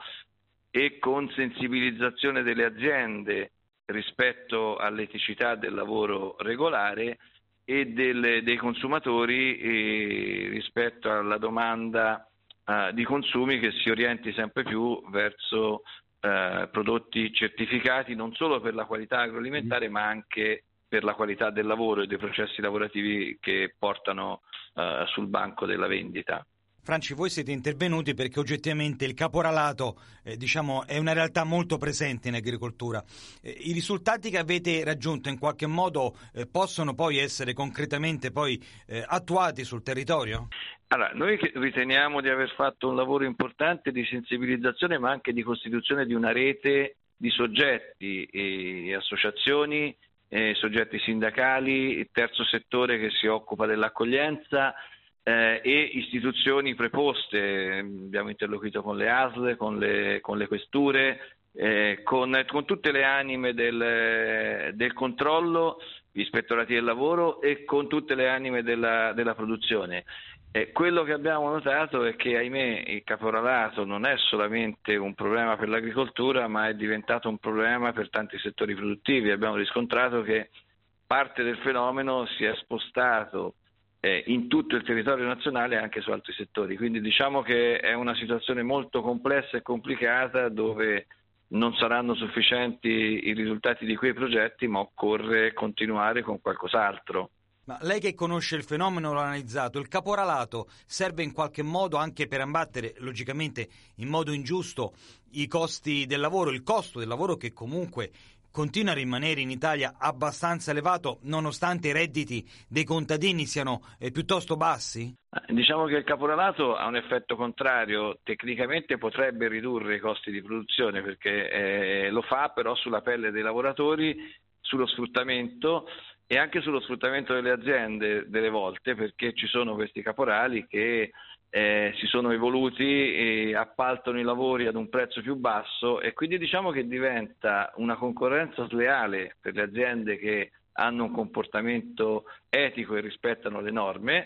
e con sensibilizzazione delle aziende rispetto all'eticità del lavoro regolare e del, dei consumatori eh, rispetto alla domanda Uh, di consumi che si orienti sempre più verso uh, prodotti certificati, non solo per la qualità agroalimentare ma anche per la qualità del lavoro e dei processi lavorativi che portano uh, sul banco della vendita. Franci, voi siete intervenuti perché oggettivamente il caporalato eh, diciamo, è una realtà molto presente in agricoltura. Eh, I risultati che avete raggiunto in qualche modo eh, possono poi essere concretamente poi eh, attuati sul territorio? Allora, noi riteniamo di aver fatto un lavoro importante di sensibilizzazione, ma anche di costituzione di una rete di soggetti e associazioni, e soggetti sindacali, terzo settore che si occupa dell'accoglienza, Eh, e istituzioni preposte. Abbiamo interloquito con le A S L, con le, con le questure, eh, con, con tutte le anime del, del controllo, gli ispettorati del lavoro e con tutte le anime della, della produzione. Eh, quello che abbiamo notato è che, ahimè, il caporalato non è solamente un problema per l'agricoltura, ma è diventato un problema per tanti settori produttivi. Abbiamo riscontrato che parte del fenomeno si è spostato in tutto il territorio nazionale e anche su altri settori, quindi diciamo che è una situazione molto complessa e complicata, dove non saranno sufficienti i risultati di quei progetti, ma occorre continuare con qualcos'altro. Ma lei che conosce il fenomeno, l'ha analizzato, il caporalato serve in qualche modo anche per abbattere, logicamente in modo ingiusto, i costi del lavoro, il costo del lavoro che comunque continua a rimanere in Italia abbastanza elevato nonostante i redditi dei contadini siano eh, piuttosto bassi? Diciamo che il caporalato ha un effetto contrario, tecnicamente potrebbe ridurre i costi di produzione, perché eh, lo fa però sulla pelle dei lavoratori, sullo sfruttamento e anche sullo sfruttamento delle aziende delle volte, perché ci sono questi caporali che Eh, si sono evoluti e appaltano i lavori ad un prezzo più basso, e quindi diciamo che diventa una concorrenza sleale per le aziende che hanno un comportamento etico e rispettano le norme,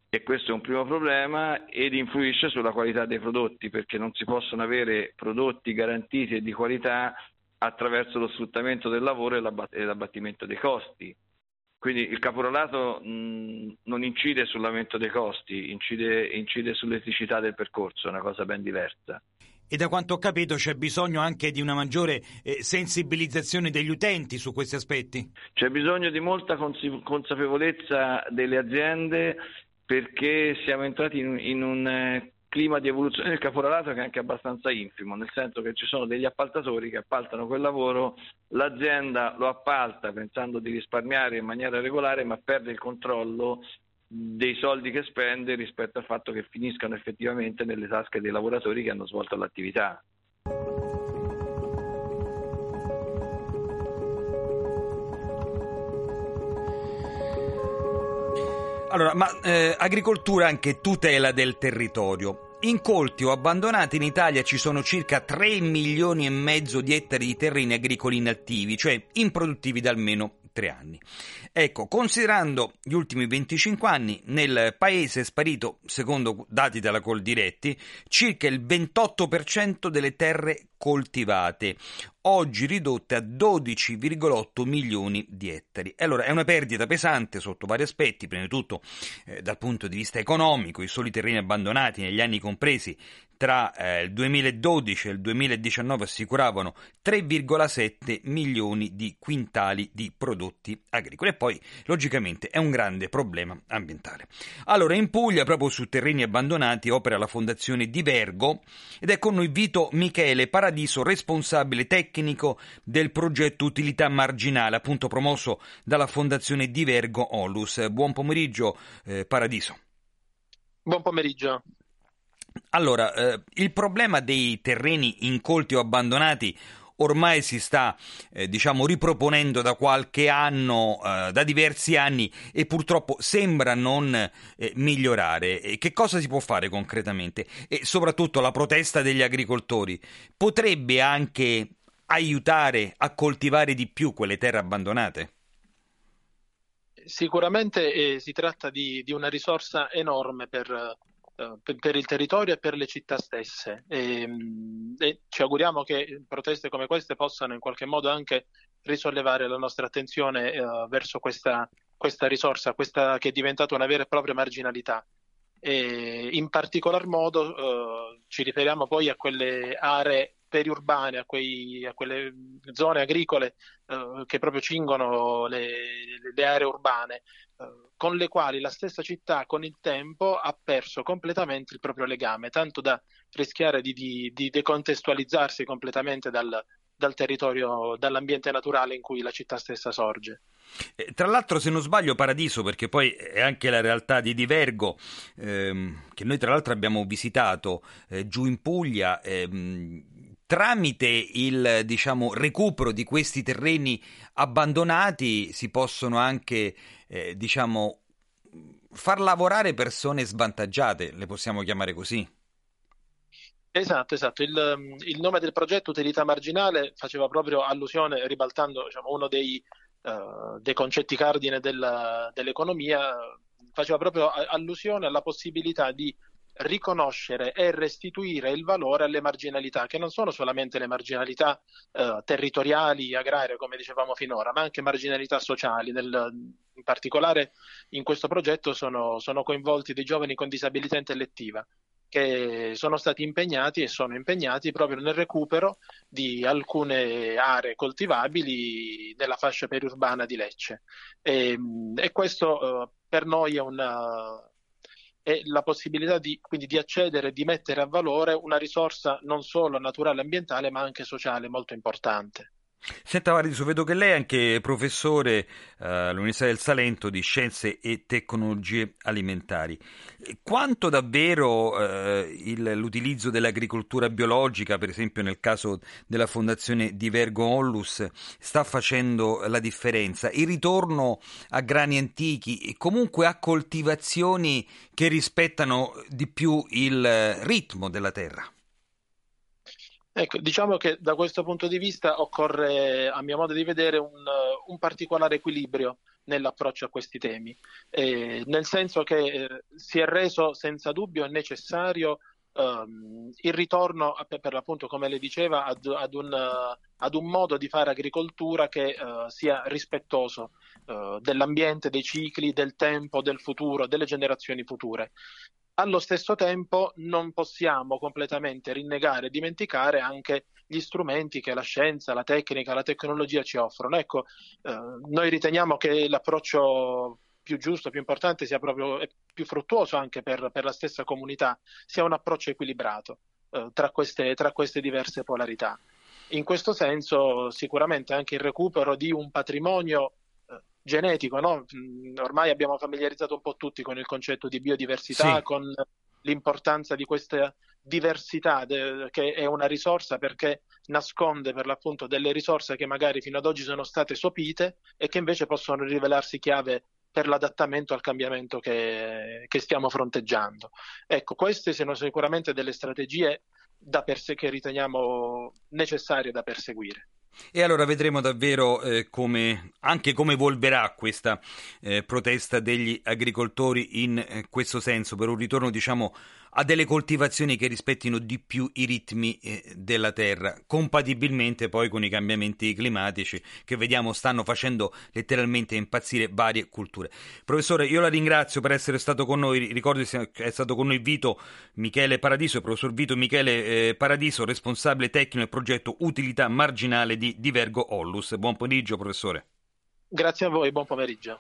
e questo è un primo problema, ed influisce sulla qualità dei prodotti, perché non si possono avere prodotti garantiti e di qualità attraverso lo sfruttamento del lavoro e, l'abbat- e l'abbattimento dei costi. Quindi il caporalato mh, non incide sull'aumento dei costi, incide, incide sull'eticità del percorso, è una cosa ben diversa. E da quanto ho capito c'è bisogno anche di una maggiore eh, sensibilizzazione degli utenti su questi aspetti? C'è bisogno di molta cons- consapevolezza delle aziende, perché siamo entrati in, in un eh, clima di evoluzione del caporalato che è anche abbastanza infimo, nel senso che ci sono degli appaltatori che appaltano quel lavoro, l'azienda lo appalta pensando di risparmiare in maniera regolare, ma perde il controllo dei soldi che spende rispetto al fatto che finiscano effettivamente nelle tasche dei lavoratori che hanno svolto l'attività. Allora, ma eh, agricoltura anche tutela del territorio. Incolti o abbandonati in Italia ci sono circa tre milioni e mezzo di ettari di terreni agricoli inattivi, cioè improduttivi da almeno tre anni. Ecco, considerando gli ultimi venticinque anni, nel paese è sparito, secondo dati della Coldiretti, circa il ventotto per cento delle terre coltivate, oggi ridotte a dodici virgola otto milioni di ettari. E allora è una perdita pesante sotto vari aspetti, prima di tutto eh, dal punto di vista economico. I soli terreni abbandonati negli anni compresi tra eh, il duemiladodici e il duemiladiciannove assicuravano tre virgola sette milioni di quintali di prodotti agricoli, e poi logicamente è un grande problema ambientale. Allora, in Puglia, proprio su terreni abbandonati, opera la Fondazione Divergo, ed è con noi Vito Michele Paradiso, responsabile tecnico del progetto Utilità Marginale, appunto promosso dalla Fondazione Divergo Onlus. Buon pomeriggio eh, Paradiso. Buon pomeriggio. Allora, eh, il problema dei terreni incolti o abbandonati ormai si sta, eh, diciamo, riproponendo da qualche anno, eh, da diversi anni, e purtroppo sembra non eh, migliorare. E che cosa si può fare concretamente? E soprattutto la protesta degli agricoltori potrebbe anche aiutare a coltivare di più quelle terre abbandonate? Sicuramente eh, si tratta di, di una risorsa enorme per... per il territorio e per le città stesse, e, e ci auguriamo che proteste come queste possano in qualche modo anche risollevare la nostra attenzione eh, verso questa, questa risorsa, questa che è diventata una vera e propria marginalità. E in particolar modo eh, ci riferiamo poi a quelle aree periurbane, a, quei, a quelle zone agricole eh, che proprio cingono le, le aree urbane, eh, con le quali la stessa città con il tempo ha perso completamente il proprio legame, tanto da rischiare di, di, di decontestualizzarsi completamente dal, dal territorio, dall'ambiente naturale in cui la città stessa sorge. Eh, tra l'altro, se non sbaglio, Paradiso, perché poi è anche la realtà di Divergo, ehm, che noi tra l'altro abbiamo visitato eh, giù in Puglia, ehm, tramite il, diciamo, recupero di questi terreni abbandonati si possono anche, eh, diciamo, far lavorare persone svantaggiate, le possiamo chiamare così. Esatto, esatto. Il, il nome del progetto Utilità Marginale faceva proprio allusione, ribaltando, diciamo, uno dei, uh, dei concetti cardine della, dell'economia, faceva proprio allusione alla possibilità di riconoscere e restituire il valore alle marginalità, che non sono solamente le marginalità eh, territoriali, agrarie, come dicevamo finora, ma anche marginalità sociali. Nel, in particolare in questo progetto sono, sono coinvolti dei giovani con disabilità intellettiva, che sono stati impegnati e sono impegnati proprio nel recupero di alcune aree coltivabili nella fascia periurbana di Lecce. E, e questo eh, per noi è una... e la possibilità di, quindi, di accedere, di mettere a valore una risorsa non solo naturale e ambientale, ma anche sociale molto importante. Senta Paradiso, vedo che lei è anche professore uh, all'Università del Salento di Scienze e Tecnologie Alimentari. Quanto davvero uh, il, l'utilizzo dell'agricoltura biologica, per esempio nel caso della Fondazione Divergo Onlus, sta facendo la differenza? Il ritorno a grani antichi e comunque a coltivazioni che rispettano di più il ritmo della terra? Ecco, diciamo che da questo punto di vista occorre, a mio modo di vedere, un, un particolare equilibrio nell'approccio a questi temi, eh, nel senso che eh, si è reso senza dubbio necessario um, il ritorno, per, per l'appunto, come lei diceva, ad, ad, un, uh, ad un modo di fare agricoltura che uh, sia rispettoso uh, dell'ambiente, dei cicli, del tempo, del futuro, delle generazioni future. Allo stesso tempo non possiamo completamente rinnegare e dimenticare anche gli strumenti che la scienza, la tecnica, la tecnologia ci offrono. Ecco, eh, noi riteniamo che l'approccio più giusto, più importante, sia proprio e più fruttuoso anche per, per la stessa comunità, sia un approccio equilibrato eh, tra queste, tra queste diverse polarità. In questo senso sicuramente anche il recupero di un patrimonio genetico, no? Ormai abbiamo familiarizzato un po' tutti con il concetto di biodiversità, sì, con l'importanza di questa diversità de- che è una risorsa perché nasconde per l'appunto delle risorse che magari fino ad oggi sono state sopite e che invece possono rivelarsi chiave per l'adattamento al cambiamento che, che stiamo fronteggiando. Ecco, queste sono sicuramente delle strategie da perse- che riteniamo necessarie da perseguire. E allora vedremo davvero eh, come, anche come evolverà questa eh, protesta degli agricoltori in eh, questo senso, per un ritorno, diciamo, a delle coltivazioni che rispettino di più i ritmi eh, della terra, compatibilmente poi con i cambiamenti climatici che vediamo stanno facendo letteralmente impazzire varie culture. Professore, io la ringrazio per essere stato con noi. Ricordo che è stato con noi Vito Michele Paradiso, il professor Vito Michele eh, Paradiso, responsabile tecnico del progetto Utilità Marginale di Divergo Ollus. Buon pomeriggio, professore. Grazie a voi, buon pomeriggio.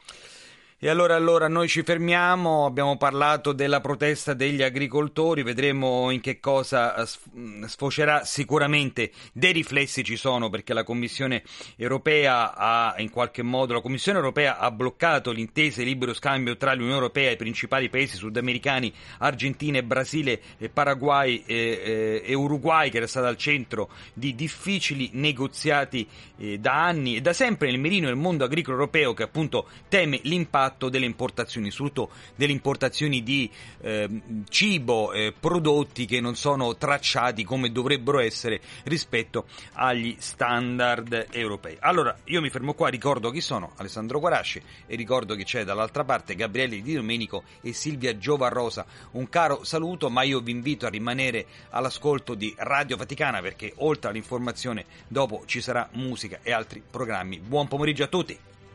E allora, allora noi ci fermiamo, abbiamo parlato della protesta degli agricoltori, vedremo in che cosa sfocerà. Sicuramente dei riflessi ci sono, perché la Commissione europea ha in qualche modo, la Commissione europea ha bloccato l'intesa di libero scambio tra l'Unione Europea e i principali paesi sudamericani, Argentina, Brasile, Paraguay e, e, e Uruguay, che era stata al centro di difficili negoziati eh, da anni e da sempre nel mirino del mondo agricolo europeo, che appunto teme l'impatto delle importazioni, soprattutto delle importazioni di eh, cibo, eh, prodotti che non sono tracciati come dovrebbero essere rispetto agli standard europei. Allora, io mi fermo qua, ricordo chi sono, Alessandro Guarasci, e ricordo che c'è dall'altra parte Gabriele Di Domenico e Silvia Giovarrosa. Un caro saluto, ma io vi invito a rimanere all'ascolto di Radio Vaticana, perché oltre all'informazione dopo ci sarà musica e altri programmi. Buon pomeriggio a tutti!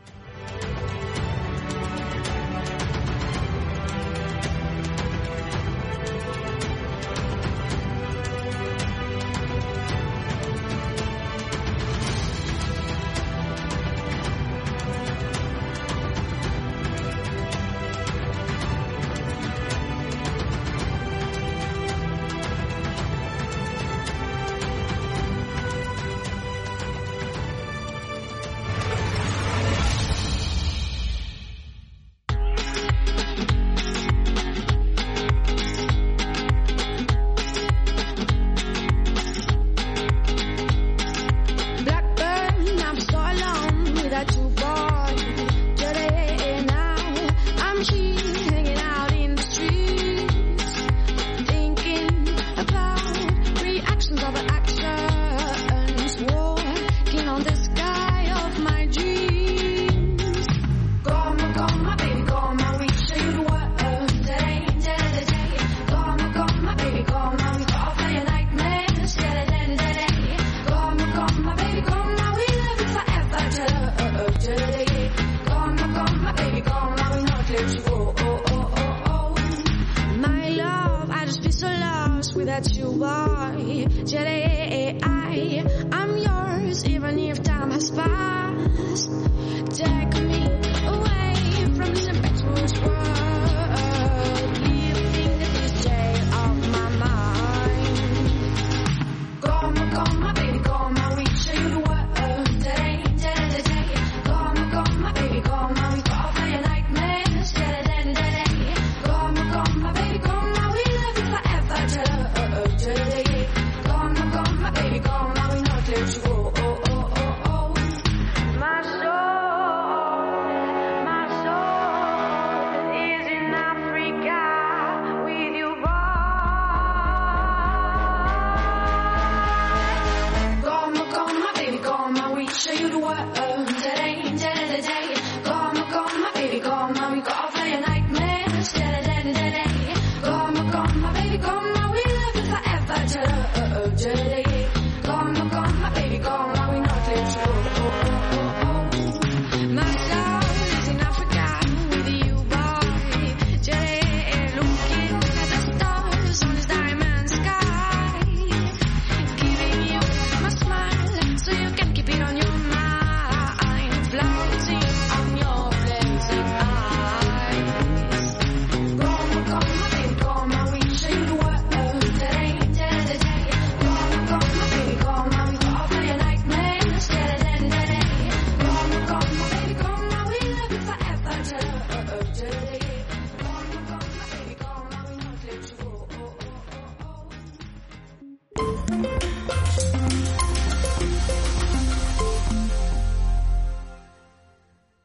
That you are, Jedi, I'm yours, even if time has passed. Jack